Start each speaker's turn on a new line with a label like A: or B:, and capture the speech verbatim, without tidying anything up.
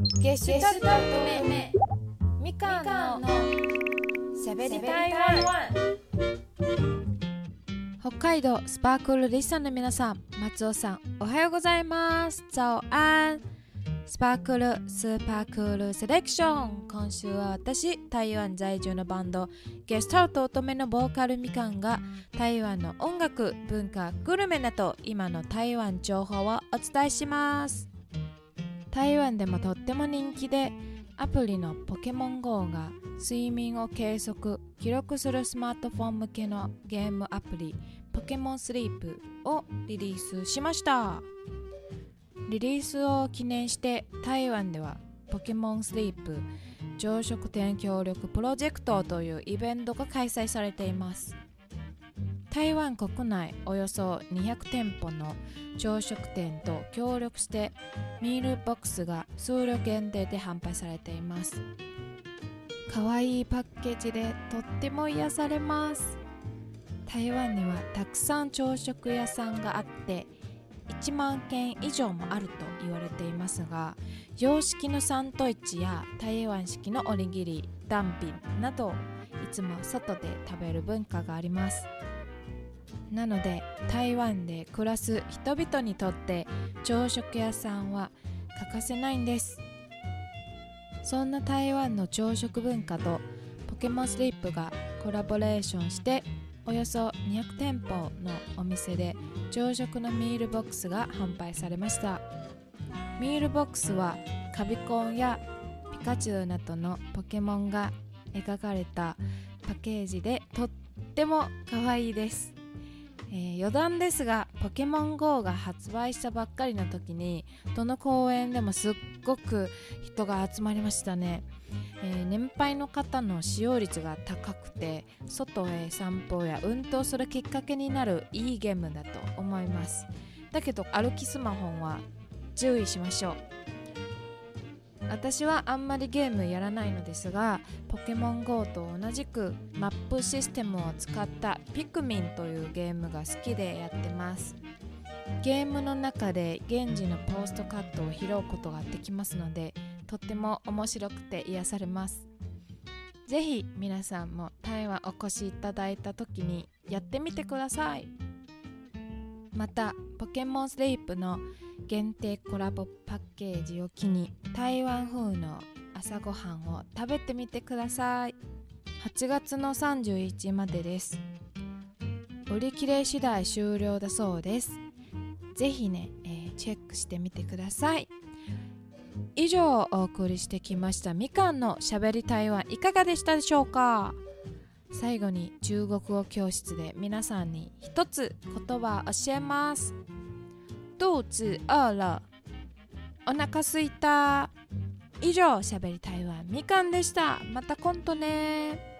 A: ゲシュタルト目みかんのしゃべり台湾。北海道スパークルリスナーの皆さん、松尾さんおはようございます。早安。スパークルスーパークールセレクション。今週は私、台湾在住のバンドゲスタルト乙女のボーカルみかんが台湾の音楽、文化、グルメなど今の台湾情報をお伝えします。台湾でもとっても人気で、アプリのポケモン ゴー が睡眠を計測・記録するスマートフォン向けのゲームアプリポケモンスリープをリリースしました。リリースを記念して台湾ではポケモンスリープ朝食店協力プロジェクトというイベントが開催されています。台湾国内およそにひゃく店舗の朝食店と協力してミールボックスが数量限定で販売されています。かわいいパッケージでとっても癒されます。台湾にはたくさん朝食屋さんがあっていちまんけん以上もあると言われていますが、洋式のサンドイッチや台湾式のおにぎり、ダンピンなどいつも外で食べる文化があります。なので台湾で暮らす人々にとって朝食屋さんは欠かせないんです。そんな台湾の朝食文化とポケモンスリープがコラボレーションしておよそにひゃく店舗のお店で朝食のミールボックスが販売されました。ミールボックスはカビコンやピカチュウなどのポケモンが描かれたパッケージでとっても可愛いです。えー、余談ですが、ポケモン ゴー が発売したばっかりの時にどの公園でもすっごく人が集まりましたね。えー、年配の方の使用率が高くて外へ散歩や運動するきっかけになるいいゲームだと思います。だけど歩きスマホは注意しましょう。私はあんまりゲームやらないのですが、ポケモン ゴー と同じくマップシステムを使ったピクミンというゲームが好きでやってます。ゲームの中で現地のポストカットを拾うことができますので、とっても面白くて癒されます。ぜひ皆さんも台湾お越しいただいた時にやってみてください。またポケモンスリープの限定コラボパッケージを機に台湾風の朝ごはんを食べてみてください。はちがつのさんじゅういちにちまでです。売り切れ次第終了だそうです。ぜひね、えー、チェックしてみてください。以上お送りしてきましたみかんのしゃべり台湾、いかがでしたでしょうか。最後に中国語教室で皆さんに一つ言葉を教えます。肚子餓了、お腹すいた。以上、しゃべり台湾みかんでした。また今度ね。